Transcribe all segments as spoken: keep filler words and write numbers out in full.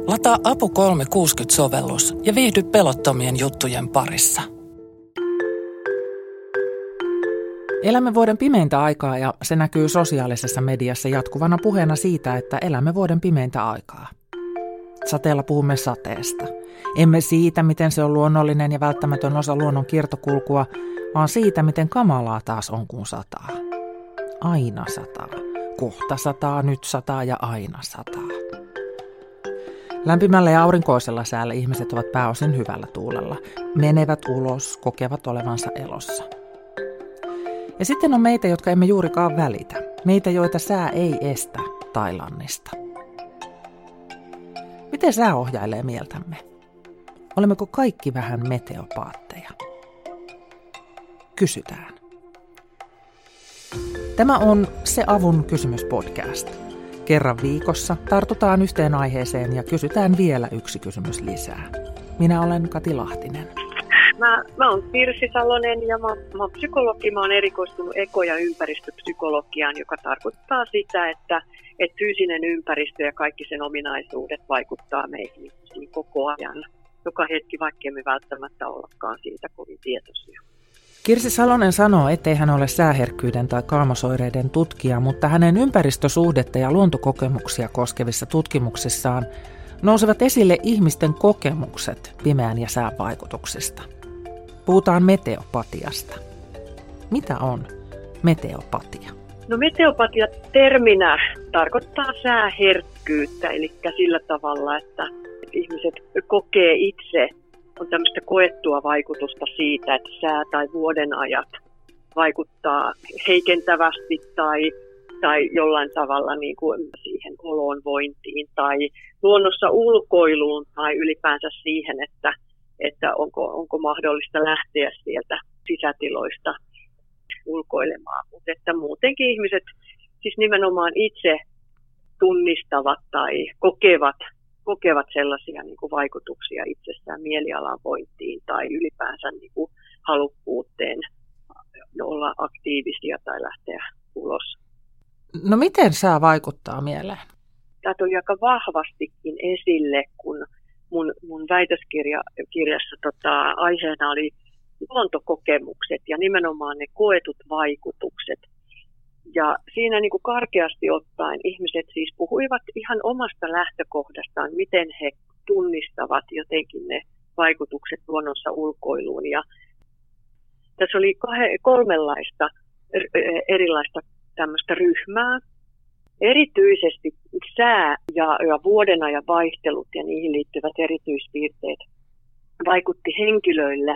Lataa Apu kolmesataakuusikymmentä-sovellus ja viihdy pelottomien juttujen parissa. Elämme vuoden pimeintä aikaa ja se näkyy sosiaalisessa mediassa jatkuvana puheena siitä, että elämme vuoden pimeintä aikaa. Sateella puhumme sateesta. Emme siitä, miten se on luonnollinen ja välttämätön osa luonnon kiertokulkua, vaan siitä, miten kamalaa taas on, kun sataa. Aina sataa. Kohta sataa, nyt sataa ja aina sataa. Lämpimällä ja aurinkoisella säällä ihmiset ovat pääosin hyvällä tuulella. Menevät ulos, kokevat olevansa elossa. Ja sitten on meitä, jotka emme juurikaan välitä. Meitä, joita sää ei estä Tailannista. Miten sää ohjailee mieltämme? Olemmeko kaikki vähän meteopaatteja? Kysytään. Tämä on Se avun kysymys podcast. Kerran viikossa tartutaan yhteen aiheeseen ja kysytään vielä yksi kysymys lisää. Minä olen Kati Lahtinen. Mä, mä oon Kirsi Salonen ja mä, mä oon psykologi. Mä oon erikoistunut eko- ja ympäristöpsykologiaan, joka tarkoittaa sitä, että, että fyysinen ympäristö ja kaikki sen ominaisuudet vaikuttaa meihin koko ajan. Joka hetki, vaikka emme välttämättä ollakaan siitä kovin tietoisia. Kirsi Salonen sanoo, ettei hän ole sääherkkyyden tai kalmasoireiden tutkija, mutta hänen ympäristösuhdetta ja luontokokemuksia koskevissa tutkimuksissaan nousevat esille ihmisten kokemukset pimeän ja sään vaikutuksista. Puhutaan meteopatiasta. Mitä on meteopatia? No meteopatia terminä tarkoittaa sääherkkyyttä, eli sillä tavalla, että ihmiset kokee itse, on tämmöistä koettua vaikutusta siitä, että sää tai vuodenajat vaikuttaa heikentävästi tai, tai jollain tavalla niin kuin siihen oloonvointiin tai luonnossa ulkoiluun tai ylipäänsä siihen, että, että onko, onko mahdollista lähteä sieltä sisätiloista ulkoilemaan. Mutta että muutenkin ihmiset siis nimenomaan itse tunnistavat tai kokevat kokevat sellaisia niin kuin vaikutuksia itsessään mielialan vointiin tai ylipäänsä niin kuin halukkuuteen olla aktiivisia tai lähteä ulos. No miten sää vaikuttaa mieleen? Tämä tuli aika vahvastikin esille, kun mun, mun väitöskirjassa tota, aiheena oli luontokokemukset ja nimenomaan ne koetut vaikutukset. Ja siinä niin kuin karkeasti ottaen ihmiset siis puhuivat ihan omasta lähtökohdastaan, miten he tunnistavat jotenkin ne vaikutukset luonnossa ulkoiluun. Ja tässä oli kah- kolmenlaista erilaista tämmöistä ryhmää. Erityisesti sää ja, ja vuodenajan vaihtelut ja niihin liittyvät erityispiirteet vaikutti henkilöille,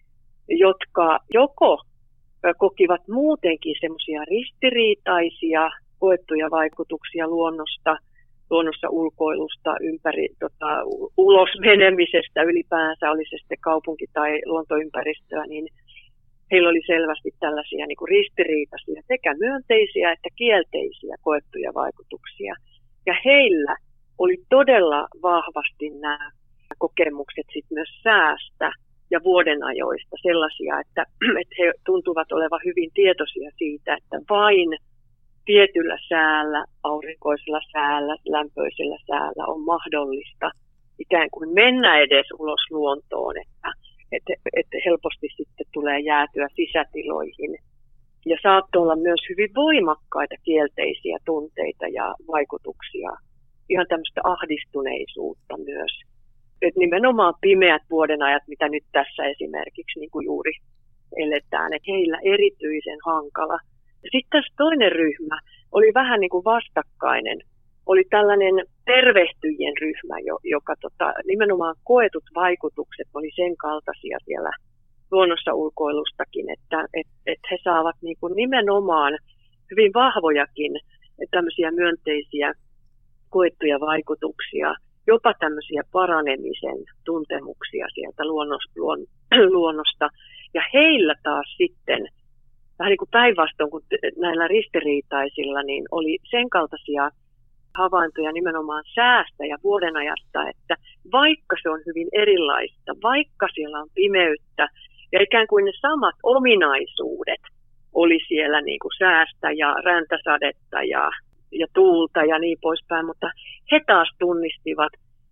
jotka joko kokivat muutenkin semmoisia ristiriitaisia koettuja vaikutuksia luonnosta, luonnossa ulkoilusta, ympäri, tota, ulos menemisestä ylipäänsä, oli se sitten kaupunki- tai luontoympäristöä, niin heillä oli selvästi tällaisia niin kuin ristiriitaisia, sekä myönteisiä että kielteisiä koettuja vaikutuksia. Ja heillä oli todella vahvasti nämä kokemukset sit myös säästä ja vuodenajoista sellaisia, että, että he tuntuvat olevan hyvin tietoisia siitä, että vain tietyllä säällä, aurinkoisella säällä, lämpöisellä säällä on mahdollista ikään kuin mennä edes ulos luontoon, että, että, että helposti sitten tulee jäätyä sisätiloihin. Ja saattoi olla myös hyvin voimakkaita kielteisiä tunteita ja vaikutuksia, ihan tämmöistä ahdistuneisuutta myös. Että nimenomaan pimeät vuodenajat, mitä nyt tässä esimerkiksi niin kuin juuri eletään, että heillä erityisen hankala. Sitten tässä toinen ryhmä oli vähän niin kuin vastakkainen. Oli tällainen tervehtyjien ryhmä, joka tota, nimenomaan koetut vaikutukset oli sen kaltaisia siellä luonnossa ulkoilustakin, että et, et he saavat niin kuin nimenomaan hyvin vahvojakin tämmöisiä myönteisiä koettuja vaikutuksia, jopa tämmöisiä paranemisen tuntemuksia sieltä luonnosta, luon, luonnosta. Ja heillä taas sitten, vähän niin kuin päinvastoin kuin näillä ristiriitaisilla, niin oli sen kaltaisia havaintoja nimenomaan säästä ja vuodenajasta, että vaikka se on hyvin erilaista, vaikka siellä on pimeyttä ja ikään kuin ne samat ominaisuudet oli siellä niin kuin säästä ja räntäsadetta ja, ja tuulta ja niin poispäin, mutta he taas tunnistivat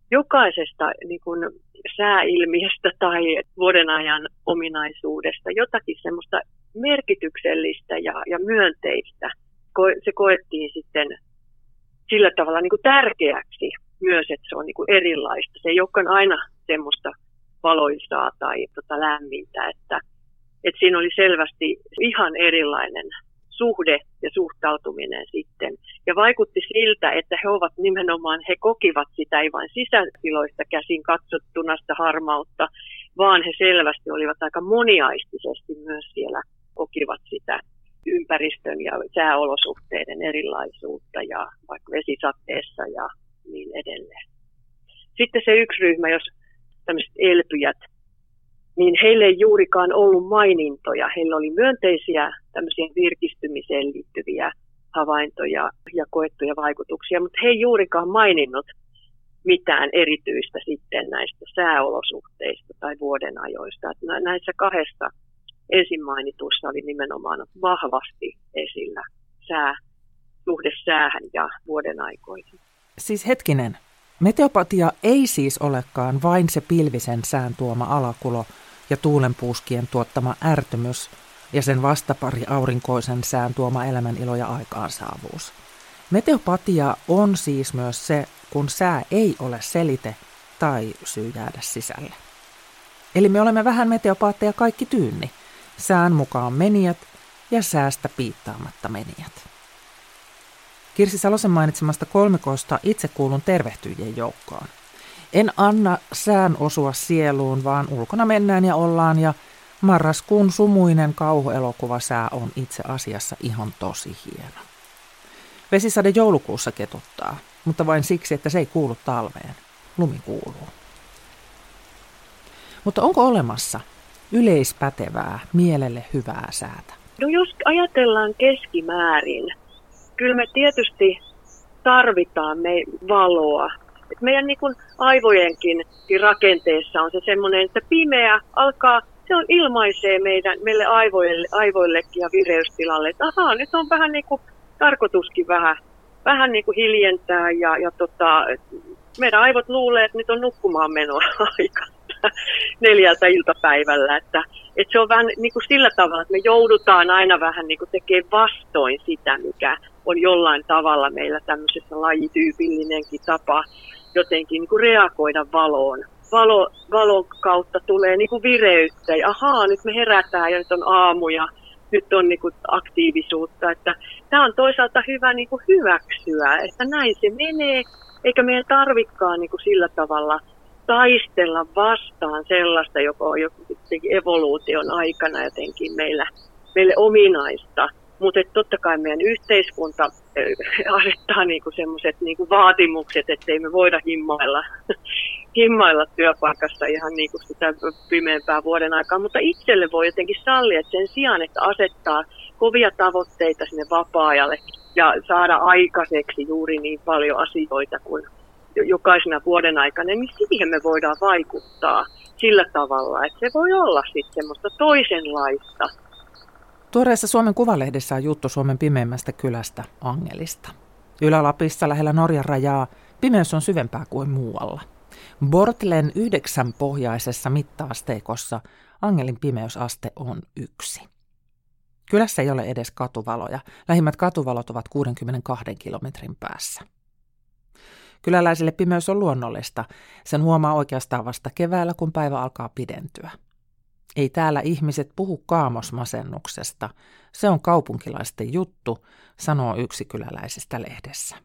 jokaisesta niin kuin sääilmiöstä tai vuodenajan ominaisuudesta jotakin semmoista merkityksellistä ja, ja myönteistä. Se koettiin sitten sillä tavalla niin kuin tärkeäksi myös, että se on niin kuin erilaista. Se ei olekaan aina semmoista valoisaa tai tota lämmintä, että, että siinä oli selvästi ihan erilainen suhde ja suhtautuminen sitten. Ja vaikutti siltä, että he ovat nimenomaan, he kokivat sitä ei vain sisätiloista käsin katsottuna sitä harmautta, vaan he selvästi olivat aika moniaistisesti myös siellä kokivat sitä ympäristön ja sääolosuhteiden erilaisuutta ja vaikka vesisateessa ja niin edelleen. Sitten se yksi ryhmä, jos tämmöiset elpyjät, niin heille ei juurikaan ollut mainintoja. Heillä oli myönteisiä tämmöisiä virkistymiseen liittyviä havaintoja ja koettuja vaikutuksia, mutta he ei juurikaan maininnut mitään erityistä sitten näistä sääolosuhteista tai vuodenajoista. Että näissä kahdessa ensin mainituissa oli nimenomaan vahvasti esillä sää, suhde säähän ja vuodenaikoihin. Siis hetkinen, meteopatia ei siis olekaan vain se pilvisen sään tuoma alakulo ja tuulenpuuskien tuottama ärtymys ja sen vastapari aurinkoisen sään tuoma elämänilo ja aikaansaavuus. Meteopatia on siis myös se, kun sää ei ole selite tai syy jäädä sisälle. Eli me olemme vähän meteopaatteja kaikki tyynni. Sään mukaan menijät ja säästä piittaamatta menijät. Kirsi Salosen mainitsemasta kolmikosta itse kuulun tervehtyjien joukkoon. En anna sään osua sieluun, vaan ulkona mennään ja ollaan ja marraskuun sumuinen kauhuelokuva sää on itse asiassa ihan tosi hieno. Vesisade joulukuussa ketuttaa, mutta vain siksi, että se ei kuulu talveen. Lumi kuuluu. Mutta onko olemassa yleispätevää, mielelle hyvää säätä? No jos ajatellaan keskimäärin, kyllä me tietysti tarvitaan me valoa. Et meidän niin kuin aivojenkin rakenteessa on se semmoinen, että pimeä alkaa, se on ilmaisee meidän, meille aivoille, aivoillekin ja vireystilalle, että ahaa, nyt on vähän niin kuin tarkoituskin vähän, vähän niin kuin hiljentää ja, ja tota, meidän aivot luulee, että nyt on nukkumaan menoa aika neljältä iltapäivällä, että, että se on vähän niin kuin sillä tavalla, että me joudutaan aina vähän niin kuin tekemään vastoin sitä, mikä on jollain tavalla meillä tämmöisessä lajityypillinenkin tapa jotenkin niin kuin reagoida valoon. Valo, valon kautta tulee niin kuin vireyttä ja ahaa, nyt me herätään ja nyt on aamu ja nyt on niin kuin aktiivisuutta. Että tämä on toisaalta hyvä niin kuin hyväksyä, että näin se menee, eikä meidän tarvikaan niin kuin sillä tavalla taistella vastaan sellaista, joka on jotenkin evoluution aikana jotenkin meillä, meille ominaista. Mutta totta kai meidän yhteiskunta asettaa niinku semmoiset niinku vaatimukset, ettei me voida himmailla, himmailla työpaikassa ihan niinku sitä pimeämpää vuoden aikaa. Mutta itselle voi jotenkin sallia, että sen sijaan, että asettaa kovia tavoitteita sinne vapaa-ajalle ja saada aikaiseksi juuri niin paljon asioita kuin jokaisena vuoden aikana, niin siihen me voidaan vaikuttaa sillä tavalla, että se voi olla sitten semmoista toisenlaista. Tuoreessa Suomen Kuvalehdessä on juttu Suomen pimeimmästä kylästä, Angelista. Ylä-Lapissa lähellä Norjan rajaa pimeys on syvempää kuin muualla. Bortlen yhdeksän pohjaisessa mitta-asteikossa Angelin pimeysaste on yksi. Kylässä ei ole edes katuvaloja. Lähimmät katuvalot ovat kuudenkymmenenkahden kilometrin päässä. Kyläläisille pimeys on luonnollista. Sen huomaa oikeastaan vasta keväällä, kun päivä alkaa pidentyä. Ei täällä ihmiset puhu kaamosmasennuksesta. Se on kaupunkilaisten juttu, sanoo yksi kyläläisistä lehdessä.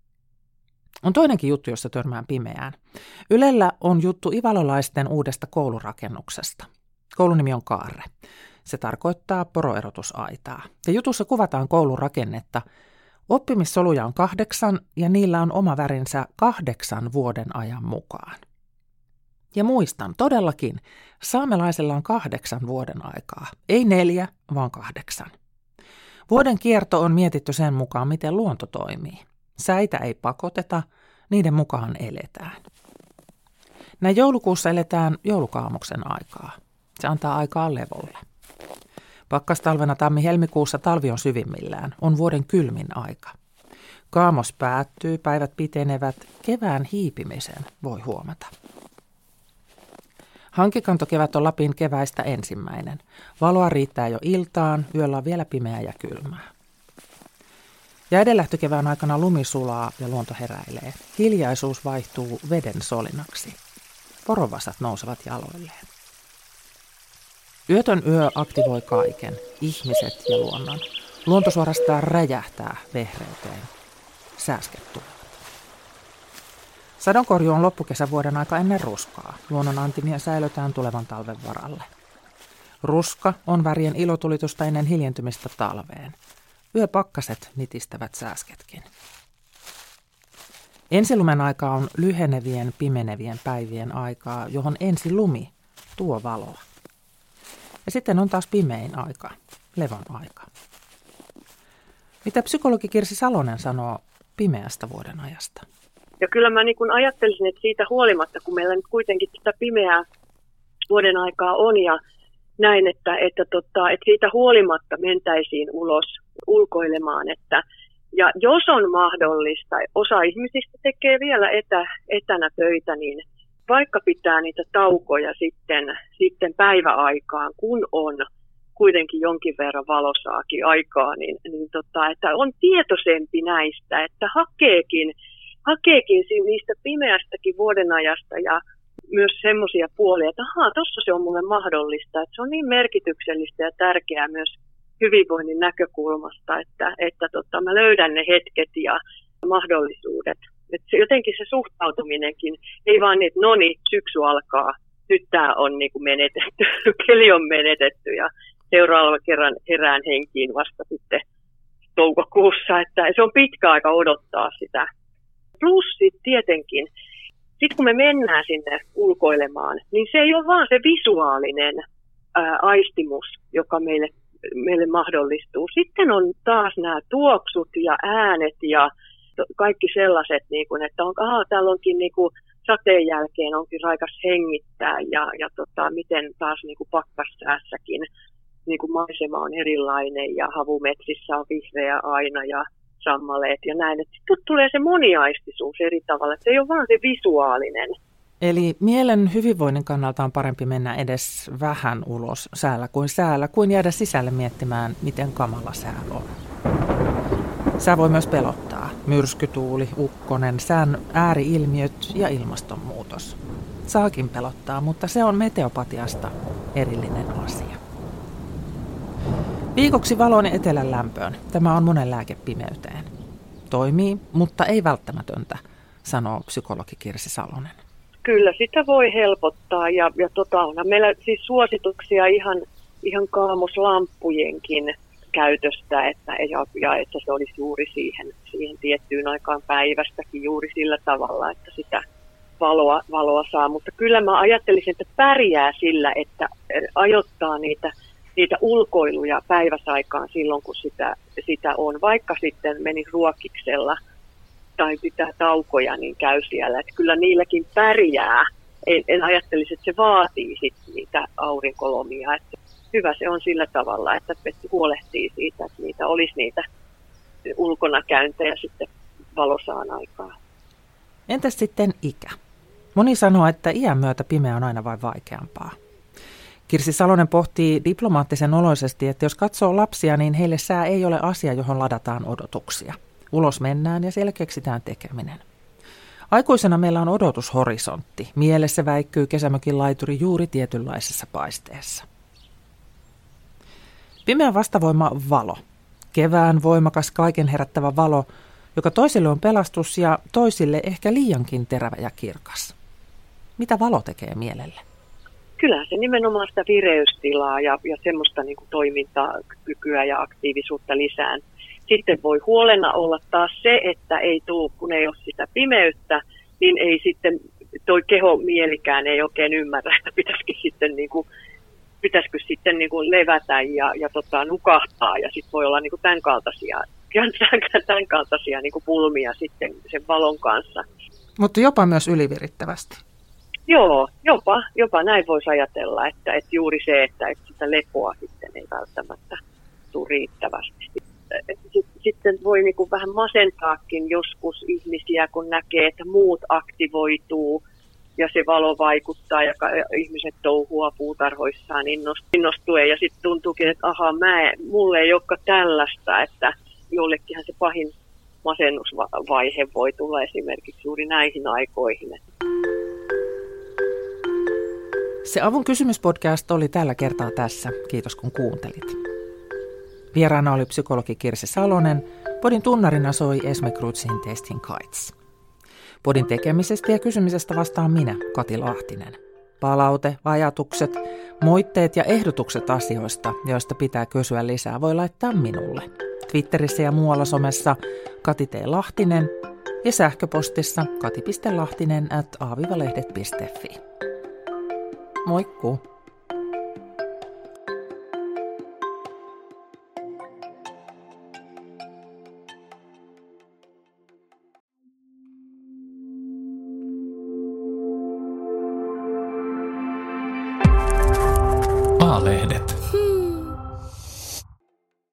On toinenkin juttu, jossa törmään pimeään. Ylellä on juttu ivalolaisten uudesta koulurakennuksesta. Koulun nimi on Kaarre. Se tarkoittaa poroerotusaitaa. Ja jutussa kuvataan koulun rakennetta. Oppimissoluja on kahdeksan ja niillä on oma värinsä kahdeksan vuoden ajan mukaan. Ja muistan todellakin, saamelaisilla on kahdeksan vuoden aikaa. Ei neljä, vaan kahdeksan. Vuoden kierto on mietitty sen mukaan, miten luonto toimii. Säitä ei pakoteta, niiden mukaan eletään. Näin joulukuussa eletään joulukaamuksen aikaa. Se antaa aikaa levolle. Pakkastalvena tammi-helmikuussa talvi on syvimmillään, on vuoden kylmin aika. Kaamos päättyy, päivät pitenevät, kevään hiipimisen voi huomata. Hankikantokevät on Lapin keväistä ensimmäinen. Valoa riittää jo iltaan, yöllä on vielä pimeää ja kylmää. Ja edellähtökevään aikana lumi sulaa ja luonto heräilee. Hiljaisuus vaihtuu veden solinaksi. Porovasat nousevat jaloilleen. Yötön yö aktivoi kaiken, ihmiset ja luonnon. Luonto suorastaan räjähtää vehreyteen. Sääsket tulevat. Sadonkorju on loppukesävuoden aika ennen ruskaa. Luonnon antimia säilötään tulevan talven varalle. Ruska on värien ilotulitusta ennen hiljentymistä talveen. Yöpakkaset nitistävät sääsketkin. Ensilumen aika on lyhenevien, pimenevien päivien aikaa, johon ensilumi tuo valoa. Ja sitten on taas pimein aika, levon aika. Mitä psykologi Kirsi Salonen sanoo pimeästä vuoden ajasta? Ja kyllä mä niin kun ajattelisin, että siitä huolimatta, kun meillä nyt kuitenkin tätä pimeää vuoden aikaa on ja näin, että, että, tota, että siitä huolimatta mentäisiin ulos ulkoilemaan. Että, ja jos on mahdollista, osa ihmisistä tekee vielä etä, etänä töitä, niin vaikka pitää niitä taukoja sitten, sitten päiväaikaan, kun on kuitenkin jonkin verran valosaakin aikaa, niin, niin tota, että on tietoisempi näistä, että hakeekin, hakeekin niistä pimeästäkin vuodenajasta ja myös semmoisia puolia, että ahaa, tuossa se on mulle mahdollista, että se on niin merkityksellistä ja tärkeää myös hyvinvoinnin näkökulmasta, että, että tota, mä löydän ne hetket ja mahdollisuudet. Että se, jotenkin se suhtautuminenkin, ei vaan niin, että no niin, syksy alkaa, nyt tämä on niin kuin menetetty, keli on menetetty ja seuraava kerran herään henkiin vasta sitten toukokuussa, että se on pitkä aika odottaa sitä. Plus sitten tietenkin, sitten kun me mennään sinne ulkoilemaan, niin se ei ole vaan se visuaalinen ää, aistimus, joka meille, meille mahdollistuu. Sitten on taas nämä tuoksut ja äänet ja kaikki sellaiset, niin kuin, että on, aha, täällä onkin niin kuin, sateen jälkeen onkin raikas hengittää ja, ja tota, miten taas niin kuin pakkassäässäkin niin kuin maisema on erilainen ja havumetsissä on vihreä aina ja sammaleet ja näin. Sitten tulee se moniaistisuus eri tavalla, että se ei ole vaan se visuaalinen. Eli mielen hyvinvoinnin kannalta on parempi mennä edes vähän ulos säällä kuin säällä, kuin jäädä sisälle miettimään, miten kamala sää on. Sää voi myös pelottaa. Myrskytuuli, ukkonen, sään ääriilmiöt ja ilmastonmuutos. Saakin pelottaa, mutta se on meteopatiasta erillinen asia. Viikoksi valon ja etelän lämpöön. Tämä on monen lääke pimeyteen. Toimii, mutta ei välttämätöntä, sanoo psykologi Kirsi Salonen. Kyllä sitä voi helpottaa ja, ja tota, onhan meillä siis suosituksia ihan, ihan kaamoslamppujenkin käytöstä, että, ja, ja että se olisi juuri siihen, siihen tiettyyn aikaan päivästäkin juuri sillä tavalla, että sitä valoa, valoa saa. Mutta kyllä mä ajattelisin, että pärjää sillä, että ajoittaa niitä, niitä ulkoiluja päiväsaikaan silloin, kun sitä, sitä on. Vaikka sitten meni ruokiksella tai pitää taukoja, niin käy siellä. Että kyllä niilläkin pärjää. En, en ajattelisi, että se vaatii sit niitä aurinkolomia. Että hyvä se on sillä tavalla, että Petti huolehtii siitä, että niitä olisi niitä ulkona käyntejä sitten valosaan aikaa. Entäs sitten ikä? Moni sanoo, että iän myötä pimeä on aina vain vaikeampaa. Kirsi Salonen pohtii diplomaattisen oloisesti, että jos katsoo lapsia, niin heille sää ei ole asia, johon ladataan odotuksia. Ulos mennään ja siellä keksitään tekeminen. Aikuisena meillä on odotushorisontti. Mielessä väikkyy kesämökin laituri juuri tietynlaisessa paisteessa. Pimeän vastavoima on valo. Kevään voimakas kaiken herättävä valo, joka toisille on pelastus ja toisille ehkä liiankin terävä ja kirkas. Mitä valo tekee mielelle? Kyllä se nimenomaan sitä vireystilaa ja, ja semmoista niin kuin toimintakykyä ja aktiivisuutta lisään. Sitten voi huolena olla taas se, että ei tule, kun ei ole sitä pimeyttä, niin ei sitten, toi keho mielikään ei oikein ymmärrä, että pitäisikö sitten, niin kuin, pitäisikö sitten niin kuin levätä ja, ja tota, nukahtaa ja sitten voi olla niin kuin tämän kaltaisia, tämän kaltaisia niin kuin pulmia sitten sen valon kanssa. Mutta jopa myös ylivirittävästi. Joo, jopa, jopa näin voisi ajatella, että, että juuri se, että, että sitä lepoa sitten ei välttämättä tule riittävästi. sitten voi niin kuin vähän masentaakin joskus ihmisiä, kun näkee, että muut aktivoituu ja se valo vaikuttaa ja ihmiset touhua puutarhoissaan innostuen. Ja sitten tuntuukin, että ahaa, mä, mulle ei olekaan tällaista, että jollekinhan se pahin masennusvaihe voi tulla esimerkiksi juuri näihin aikoihin. Se Avun kysymyspodcast oli tällä kertaa tässä. Kiitos kun kuuntelit. Vieraana oli psykologi Kirsi Salonen. Podin tunnarina soi Esme Krutsin Testing Kites. Podin tekemisestä ja kysymisestä vastaan minä, Kati Lahtinen. Palaute, ajatukset, moitteet ja ehdotukset asioista, joista pitää kysyä lisää, voi laittaa minulle. Twitterissä ja muualla somessa Kati T. Lahtinen ja sähköpostissa kati piste lahtinen at aavivalehdet piste fi. Moikkuu! A-lehdet.